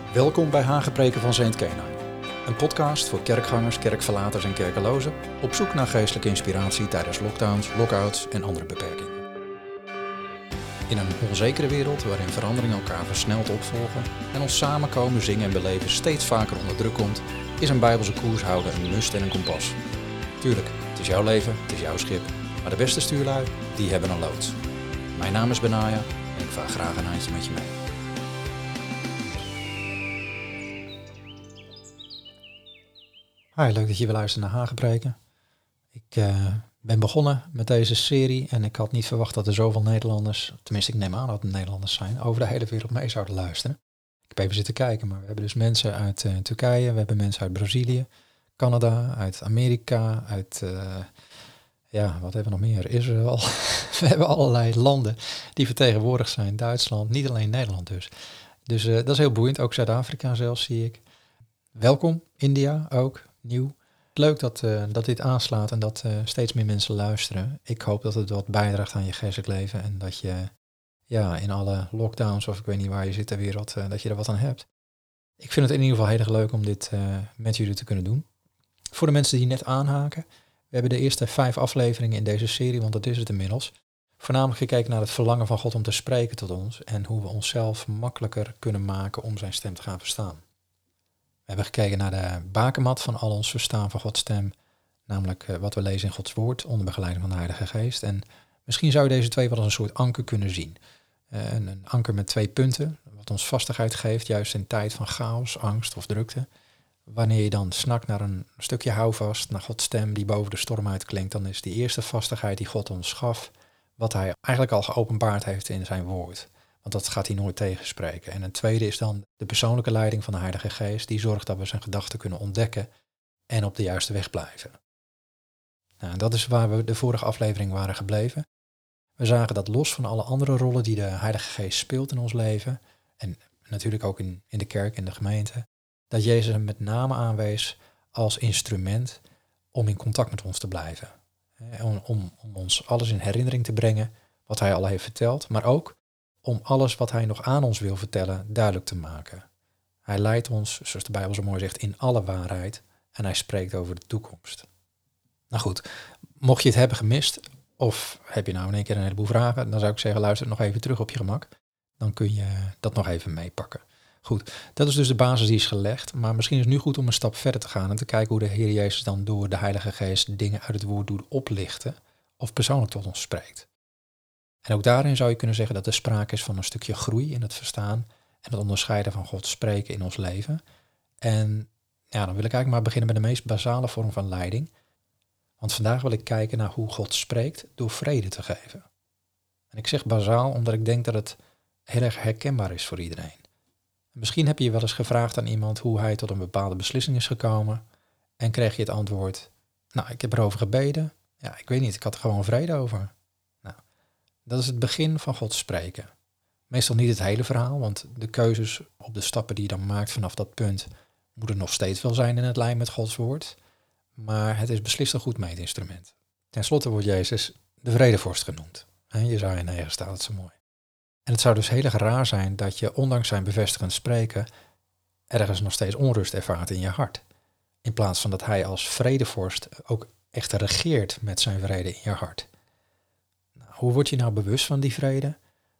Welkom bij Hagepreken van Saint Kenai. Een podcast voor kerkgangers, kerkverlaters en kerkelozen op zoek naar geestelijke inspiratie tijdens lockdowns, lockouts en andere beperkingen. In een onzekere wereld waarin veranderingen elkaar versneld opvolgen en ons samenkomen, zingen en beleven steeds vaker onder druk komt, is een bijbelse koers houden een must en een kompas. Tuurlijk, het is jouw leven, het is jouw schip, maar de beste stuurlui, die hebben een loods. Mijn naam is Benaya en ik vaar graag een handje met je mee. Hi, leuk dat je weer luistert naar Hagepreken. Ik ben begonnen met deze serie en ik had niet verwacht dat er zoveel Nederlanders, tenminste ik neem aan dat het Nederlanders zijn, over de hele wereld mee zouden luisteren. Ik heb even zitten kijken, maar we hebben dus mensen uit Turkije, we hebben mensen uit Brazilië, Canada, uit Amerika, uit, wat hebben we nog meer? Israël. We hebben allerlei landen die vertegenwoordigd zijn, Duitsland, niet alleen Nederland dus. Dus dat is heel boeiend, ook Zuid-Afrika zelfs zie ik. Welkom, India ook. Nieuw. Leuk dat dit aanslaat en dat steeds meer mensen luisteren. Ik hoop dat het wat bijdraagt aan je geestelijk leven en dat je in alle lockdowns of ik weet niet waar je zit ter wereld, dat je er wat aan hebt. Ik vind het in ieder geval heel erg leuk om dit met jullie te kunnen doen. Voor de mensen die net aanhaken, we hebben de eerste 5 afleveringen in deze serie, want dat is het inmiddels, voornamelijk gekeken naar het verlangen van God om te spreken tot ons en hoe we onszelf makkelijker kunnen maken om zijn stem te gaan verstaan. We hebben gekeken naar de bakermat van al ons verstaan van Gods stem, namelijk wat we lezen in Gods woord onder begeleiding van de Heilige Geest. En misschien zou je deze 2 wel als een soort anker kunnen zien. Een anker met 2 punten, wat ons vastigheid geeft, juist in tijd van chaos, angst of drukte. Wanneer je dan snakt naar een stukje houvast, naar Gods stem die boven de storm uitklinkt, dan is die eerste vastigheid die God ons gaf, wat hij eigenlijk al geopenbaard heeft in zijn woord. Want dat gaat hij nooit tegenspreken. En een tweede is dan de persoonlijke leiding van de Heilige Geest, die zorgt dat we zijn gedachten kunnen ontdekken en op de juiste weg blijven. Nou, dat is waar we de vorige aflevering waren gebleven. We zagen dat los van alle andere rollen die de Heilige Geest speelt in ons leven, en natuurlijk ook in de kerk, in de gemeente, dat Jezus hem met name aanwees als instrument om in contact met ons te blijven. Om ons alles in herinnering te brengen wat hij al heeft verteld, maar ook om alles wat hij nog aan ons wil vertellen duidelijk te maken. Hij leidt ons, zoals de Bijbel zo mooi zegt, in alle waarheid en hij spreekt over de toekomst. Nou goed, mocht je het hebben gemist of heb je nou in één keer een heleboel vragen, dan zou ik zeggen luister nog even terug op je gemak. Dan kun je dat nog even meepakken. Goed, dat is dus de basis die is gelegd, maar misschien is het nu goed om een stap verder te gaan en te kijken hoe de Heer Jezus dan door de Heilige Geest dingen uit het woord doet oplichten of persoonlijk tot ons spreekt. En ook daarin zou je kunnen zeggen dat er sprake is van een stukje groei in het verstaan en het onderscheiden van Gods spreken in ons leven. En dan wil ik eigenlijk maar beginnen met de meest basale vorm van leiding. Want vandaag wil ik kijken naar hoe God spreekt door vrede te geven. En ik zeg bazaal omdat ik denk dat het heel erg herkenbaar is voor iedereen. Misschien heb je je wel eens gevraagd aan iemand hoe hij tot een bepaalde beslissing is gekomen en kreeg je het antwoord, ik heb erover gebeden. Ja, ik weet niet, ik had er gewoon vrede over. Dat is het begin van Gods spreken. Meestal niet het hele verhaal, want de keuzes op de stappen die je dan maakt vanaf dat punt moeten nog steeds wel zijn in het lijn met Gods woord. Maar het is beslist een goed meetinstrument. Ten slotte wordt Jezus de vredevorst genoemd. Jesaja 9 staat het zo mooi. En het zou dus heel erg raar zijn dat je ondanks zijn bevestigend spreken ergens nog steeds onrust ervaart in je hart. In plaats van dat hij als vredevorst ook echt regeert met zijn vrede in je hart. Hoe word je nou bewust van die vrede?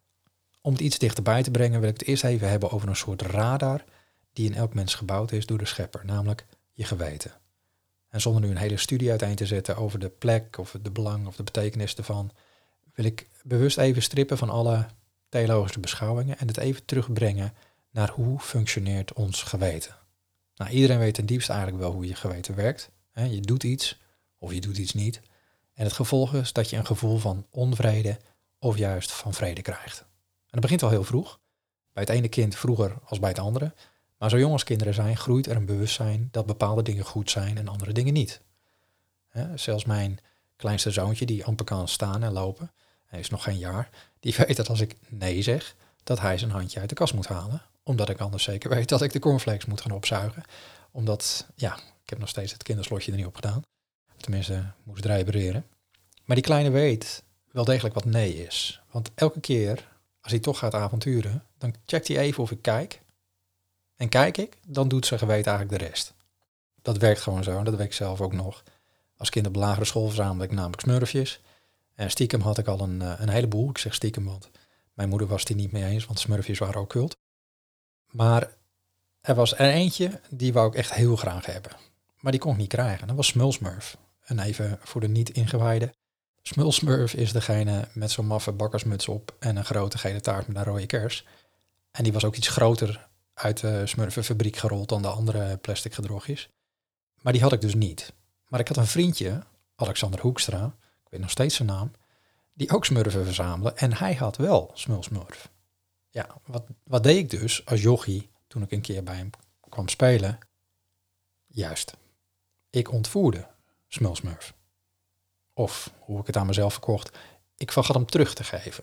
Om het iets dichterbij te brengen wil ik het eerst even hebben over een soort radar die in elk mens gebouwd is door de schepper, namelijk je geweten. En zonder nu een hele studie uiteen te zetten over de plek of de belang of de betekenis ervan, wil ik bewust even strippen van alle theologische beschouwingen en het even terugbrengen naar hoe functioneert ons geweten. Nou, iedereen weet ten diepste eigenlijk wel hoe je geweten werkt. Je doet iets of je doet iets niet. En het gevolg is dat je een gevoel van onvrede of juist van vrede krijgt. En dat begint al heel vroeg. Bij het ene kind vroeger als bij het andere. Maar zo jong als kinderen zijn, groeit er een bewustzijn dat bepaalde dingen goed zijn en andere dingen niet. Zelfs mijn kleinste zoontje, die amper kan staan en lopen, hij is nog geen jaar, die weet dat als ik nee zeg, dat hij zijn handje uit de kast moet halen. Omdat ik anders zeker weet dat ik de cornflakes moet gaan opzuigen. Omdat, ik heb nog steeds het kinderslotje er niet op gedaan. Tenminste, moest het repareren. Maar die kleine weet wel degelijk wat nee is. Want elke keer als hij toch gaat avonturen, dan checkt hij even of ik kijk. En kijk ik, dan doet zijn geweten eigenlijk de rest. Dat werkt gewoon zo en dat weet ik zelf ook nog. Als kind op de lagere school verzamelde ik namelijk smurfjes. En stiekem had ik al een heleboel. Ik zeg stiekem, want mijn moeder was het hier niet mee eens, want smurfjes waren occult. Maar er was er eentje, die wou ik echt heel graag hebben. Maar die kon ik niet krijgen. Dat was Smulsmurf. En even voor de niet-ingewijden. Smulsmurf is degene met zo'n maffe bakkersmuts op en een grote gele taart met een rode kers. En die was ook iets groter uit de smurfenfabriek gerold dan de andere plastic gedrochtjes. Maar die had ik dus niet. Maar ik had een vriendje, Alexander Hoekstra, ik weet nog steeds zijn naam, die ook smurfen verzamelde. En hij had wel Smulsmurf. Ja, wat deed ik dus als jochie toen ik een keer bij hem kwam spelen? Juist, ik ontvoerde Smulsmurf. Of, hoe ik het aan mezelf verkocht, ik vergat hem terug te geven.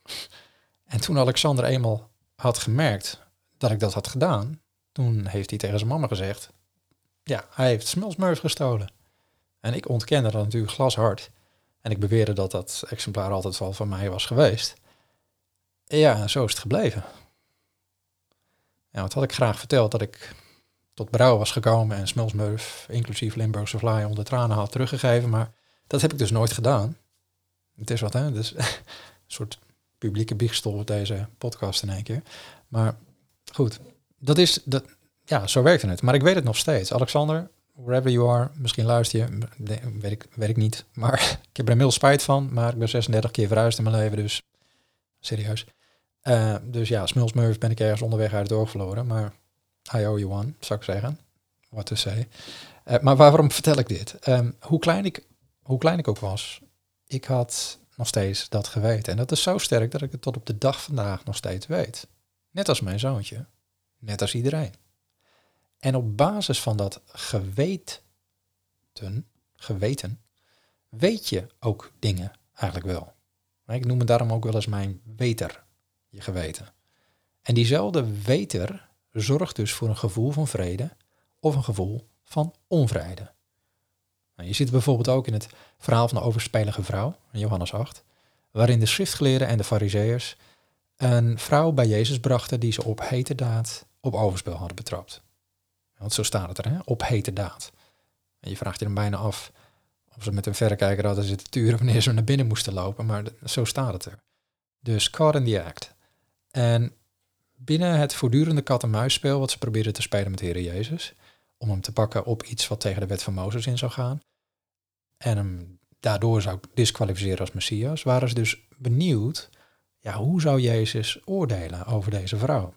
En toen Alexander eenmaal had gemerkt dat ik dat had gedaan, toen heeft hij tegen zijn mama gezegd, ja, hij heeft Smulsmurf gestolen. En ik ontkende dat natuurlijk glashard. En ik beweerde dat dat exemplaar altijd wel van mij was geweest. En ja, zo is het gebleven. Ja, wat had ik graag verteld dat ik tot berouw was gekomen en Smulsmurf, inclusief Limburgse Vlaai, onder tranen had teruggegeven. Maar dat heb ik dus nooit gedaan. Het is wat, hè? Dus een soort publieke biechtstoel deze podcast in één keer. Maar goed, ja, zo werkte het. Maar ik weet het nog steeds. Alexander, wherever you are, misschien luister je, weet ik niet. Maar ik heb er inmiddels spijt van. Maar ik ben 36 keer verhuisd in mijn leven, dus serieus. Dus ja, Smulsmurf ben ik ergens onderweg uit het oog verloren. Maar I owe you one, zou ik zeggen. What to say. Maar waarom vertel ik dit? Hoe klein ik ook was, ik had nog steeds dat geweten. En dat is zo sterk dat ik het tot op de dag vandaag nog steeds weet. Net als mijn zoontje. Net als iedereen. En op basis van dat geweten, weet je ook dingen eigenlijk wel. Ik noem het daarom ook wel eens mijn weter, je geweten. En diezelfde weter zorgt dus voor een gevoel van vrede of een gevoel van onvrede. Nou, je ziet het bijvoorbeeld ook in het verhaal van de overspelige vrouw, in Johannes 8, waarin de schriftgeleerden en de farizeeërs een vrouw bij Jezus brachten die ze op heterdaad op overspel hadden betrapt. Want zo staat het er, hè? Op heterdaad. En je vraagt je dan bijna af of ze met een verrekijker hadden zitten turen wanneer ze naar binnen moesten lopen, maar zo staat het er. Dus caught in the act. En binnen het voortdurende kat-en-muisspel wat ze probeerden te spelen met de Heer Jezus, om hem te pakken op iets wat tegen de wet van Mozes in zou gaan, en hem daardoor zou disqualificeren als Messias, waren ze dus benieuwd, ja, hoe zou Jezus oordelen over deze vrouw?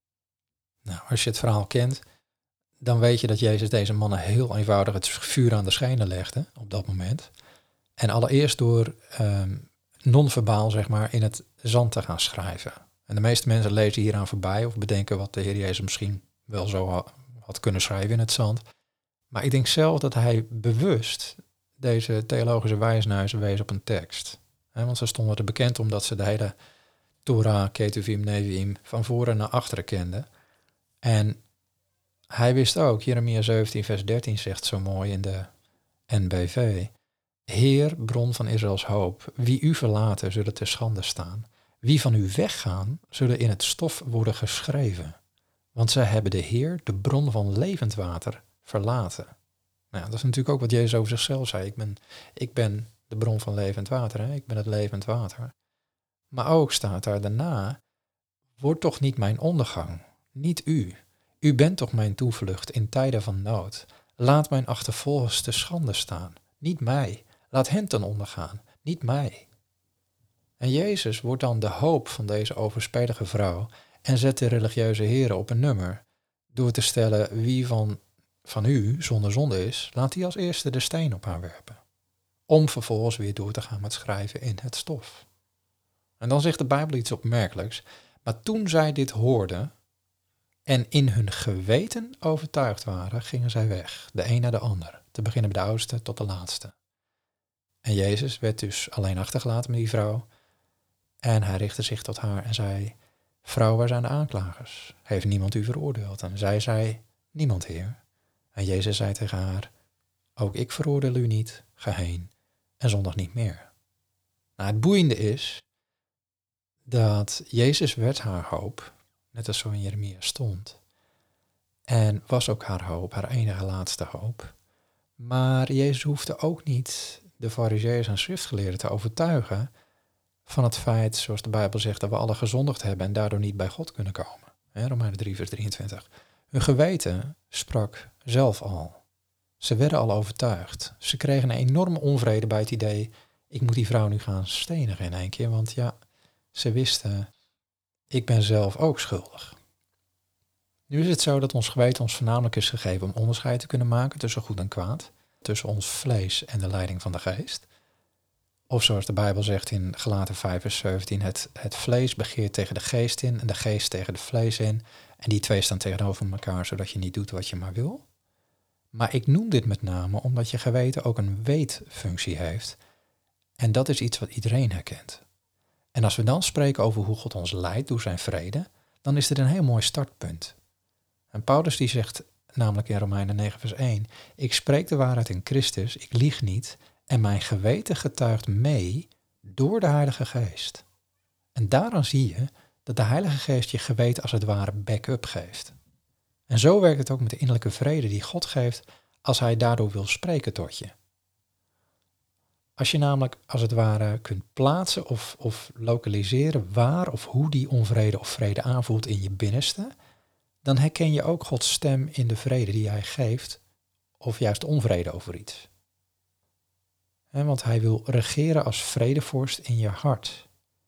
Nou, als je het verhaal kent, dan weet je dat Jezus deze mannen heel eenvoudig het vuur aan de schenen legde op dat moment. En allereerst door non-verbaal, zeg maar, in het zand te gaan schrijven. En de meeste mensen lezen hieraan voorbij of bedenken wat de Heer Jezus misschien wel zo had kunnen schrijven in het zand. Maar ik denk zelf dat hij bewust deze theologische wijsneuzen wees op een tekst. Want ze stonden er bekend omdat ze de hele Torah, Ketuvim, Neviim van voren naar achteren kenden. En hij wist ook, Jeremia 17 vers 13 zegt zo mooi in de NBV. Heer, bron van Israëls hoop, wie u verlaten zullen te schande staan. Wie van u weggaan, zullen in het stof worden geschreven. Want zij hebben de Heer, de bron van levend water, verlaten. Nou, dat is natuurlijk ook wat Jezus over zichzelf zei. Ik ben de bron van levend water, hè? Ik ben het levend water. Maar ook staat daar daarna, word toch niet mijn ondergang, niet u. U bent toch mijn toevlucht in tijden van nood. Laat mijn achtervolgers te schande staan, niet mij. Laat hen ten onder gaan, niet mij. En Jezus wordt dan de hoop van deze overspelige vrouw en zet de religieuze heren op een nummer. Door te stellen wie van u zonder zonde is, laat die als eerste de steen op haar werpen. Om vervolgens weer door te gaan met schrijven in het stof. En dan zegt de Bijbel iets opmerkelijks. Maar toen zij dit hoorden en in hun geweten overtuigd waren, gingen zij weg, de een naar de ander, te beginnen bij de oudste tot de laatste. En Jezus werd dus alleen achtergelaten met die vrouw. En hij richtte zich tot haar en zei, vrouw, waar zijn de aanklagers? Heeft niemand u veroordeeld? En zij zei, niemand, Heer. En Jezus zei tegen haar, ook ik veroordeel u niet, ga heen en zondig niet meer. Nou, het boeiende is dat Jezus werd haar hoop, net als zo in Jeremia stond. En was ook haar hoop, haar enige laatste hoop. Maar Jezus hoefde ook niet de Farizeeën en schriftgeleerden te overtuigen van het feit, zoals de Bijbel zegt, dat we alle gezondigd hebben en daardoor niet bij God kunnen komen. Romeinen 3 vers 23. Hun geweten sprak zelf al. Ze werden al overtuigd. Ze kregen een enorme onvrede bij het idee, ik moet die vrouw nu gaan stenigen in één keer, want ja, ze wisten, ik ben zelf ook schuldig. Nu is het zo dat ons geweten ons voornamelijk is gegeven om onderscheid te kunnen maken tussen goed en kwaad, tussen ons vlees en de leiding van de geest. Of zoals de Bijbel zegt in Galaten 5 vers 17, het vlees begeert tegen de geest in en de geest tegen de vlees in. En die twee staan tegenover elkaar, zodat je niet doet wat je maar wil. Maar ik noem dit met name omdat je geweten ook een weetfunctie heeft. En dat is iets wat iedereen herkent. En als we dan spreken over hoe God ons leidt door zijn vrede, dan is dit een heel mooi startpunt. En Paulus die zegt namelijk in Romeinen 9 vers 1, ik spreek de waarheid in Christus, ik lieg niet, en mijn geweten getuigt mee door de Heilige Geest. En daaraan zie je dat de Heilige Geest je geweten als het ware back-up geeft. En zo werkt het ook met de innerlijke vrede die God geeft als hij daardoor wil spreken tot je. Als je namelijk als het ware kunt plaatsen of lokaliseren waar of hoe die onvrede of vrede aanvoelt in je binnenste, dan herken je ook Gods stem in de vrede die hij geeft of juist onvrede over iets. Want hij wil regeren als vredevorst in je hart.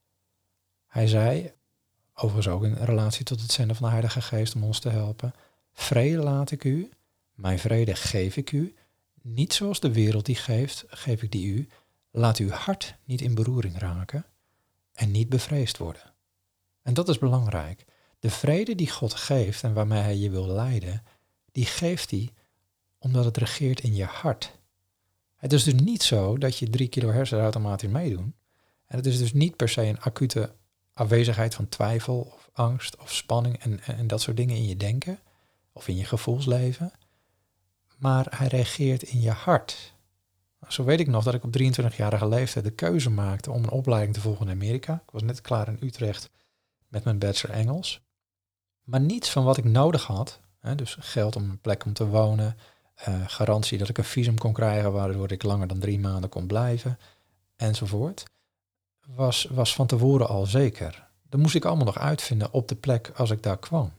Hij zei, overigens ook in relatie tot het zenden van de Heilige Geest om ons te helpen, vrede laat ik u, mijn vrede geef ik u, niet zoals de wereld die geeft, geef ik die u. Laat uw hart niet in beroering raken en niet bevreesd worden. En dat is belangrijk. De vrede die God geeft en waarmee hij je wil leiden, die geeft hij omdat het regeert in je hart. Het is dus niet zo dat je 3 kilo hersenen automatisch meedoen. En het is dus niet per se een acute afwezigheid van twijfel of angst of spanning en dat soort dingen in je denken of in je gevoelsleven. Maar hij reageert in je hart. Zo weet ik nog dat ik op 23-jarige leeftijd de keuze maakte om een opleiding te volgen in Amerika. Ik was net klaar in Utrecht met mijn bachelor Engels. Maar niets van wat ik nodig had, dus geld om een plek om te wonen, garantie dat ik een visum kon krijgen waardoor ik langer dan 3 maanden kon blijven, enzovoort, was van tevoren al zeker. Dat moest ik allemaal nog uitvinden op de plek als ik daar kwam.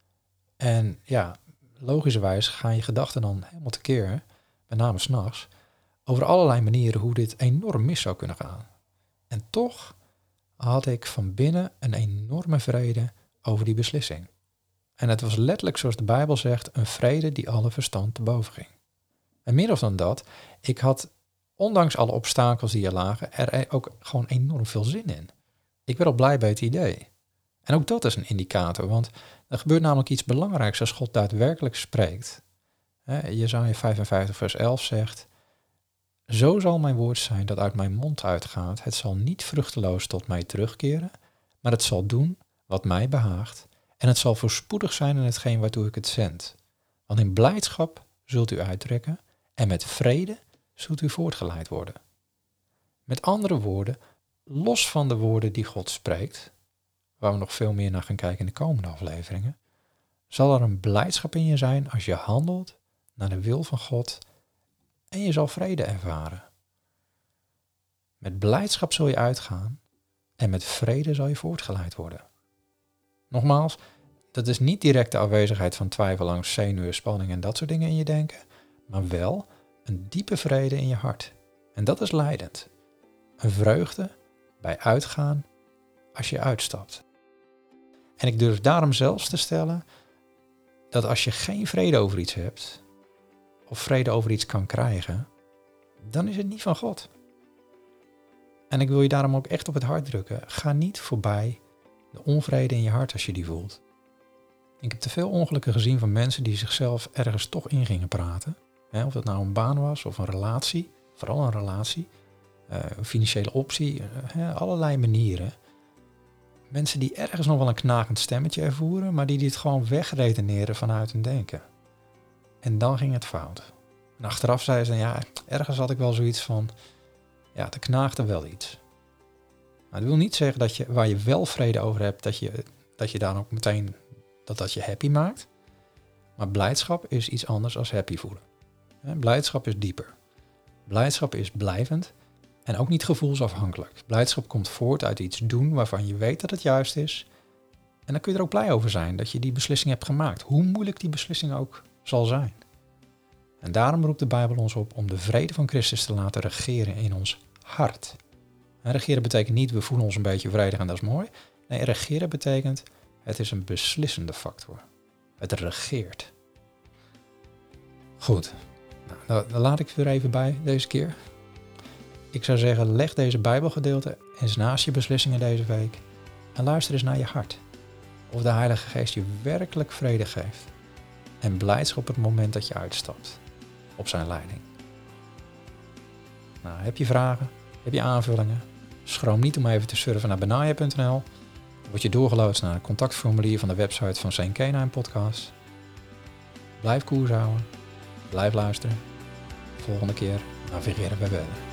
En ja, logischerwijs gaan je gedachten dan helemaal tekeer, met name 's nachts, over allerlei manieren hoe dit enorm mis zou kunnen gaan. En toch had ik van binnen een enorme vrede over die beslissing. En het was letterlijk, zoals de Bijbel zegt, een vrede die alle verstand te boven ging. En meer dan dat, ik had, ondanks alle obstakels die er lagen, er ook gewoon enorm veel zin in. Ik werd al blij bij het idee. En ook dat is een indicator, want er gebeurt namelijk iets belangrijks als God daadwerkelijk spreekt. Jesaja 55 vers 11 zegt, zo zal mijn woord zijn dat uit mijn mond uitgaat. Het zal niet vruchteloos tot mij terugkeren, maar het zal doen wat mij behaagt. En het zal voorspoedig zijn in hetgeen waartoe ik het zend. Want in blijdschap zult u uittrekken en met vrede zult u voortgeleid worden. Met andere woorden, los van de woorden die God spreekt, waar we nog veel meer naar gaan kijken in de komende afleveringen, zal er een blijdschap in je zijn als je handelt naar de wil van God en je zal vrede ervaren. Met blijdschap zul je uitgaan en met vrede zal je voortgeleid worden. Nogmaals, dat is niet direct de afwezigheid van twijfel, angst, zenuwen, spanning en dat soort dingen in je denken, maar wel een diepe vrede in je hart. En dat is leidend. Een vreugde bij uitgaan als je uitstapt. En ik durf daarom zelfs te stellen dat als je geen vrede over iets hebt, of vrede over iets kan krijgen, dan is het niet van God. En ik wil je daarom ook echt op het hart drukken. Ga niet voorbij de onvrede in je hart als je die voelt. Ik heb te veel ongelukken gezien van mensen die zichzelf ergens toch in gingen praten. Of dat nou een baan was of een relatie, vooral een relatie, een financiële optie, allerlei manieren. Mensen die ergens nog wel een knagend stemmetje ervoeren, maar die dit gewoon wegredeneren vanuit hun denken. En dan ging het fout. En achteraf zei ze, ja, ergens had ik wel zoiets van, ja, er knaagde wel iets. Maar dat wil niet zeggen dat je, waar je wel vrede over hebt, dat je daar ook meteen, dat je happy maakt. Maar blijdschap is iets anders dan happy voelen. Blijdschap is dieper. Blijdschap is blijvend en ook niet gevoelsafhankelijk. Blijdschap komt voort uit iets doen waarvan je weet dat het juist is. En dan kun je er ook blij over zijn dat je die beslissing hebt gemaakt. Hoe moeilijk die beslissing ook zal zijn. En daarom roept de Bijbel ons op om de vrede van Christus te laten regeren in ons hart. En regeren betekent niet, we voelen ons een beetje vredig en dat is mooi. Nee, regeren betekent, het is een beslissende factor. Het regeert. Goed, nou, dan laat ik het weer even bij deze keer. Ik zou zeggen, leg deze Bijbelgedeelte eens naast je beslissingen deze week. En luister eens naar je hart. Of de Heilige Geest je werkelijk vrede geeft. En blijdschap op het moment dat je uitstapt. Op zijn leiding. Nou, heb je vragen? Heb je aanvullingen? Schroom niet om even te surfen naar benaya.nl. Dan word je doorgeloodst naar het contactformulier van de website van St. Kenaan Podcast. Blijf koers houden. Blijf luisteren. Volgende keer navigeren we verder.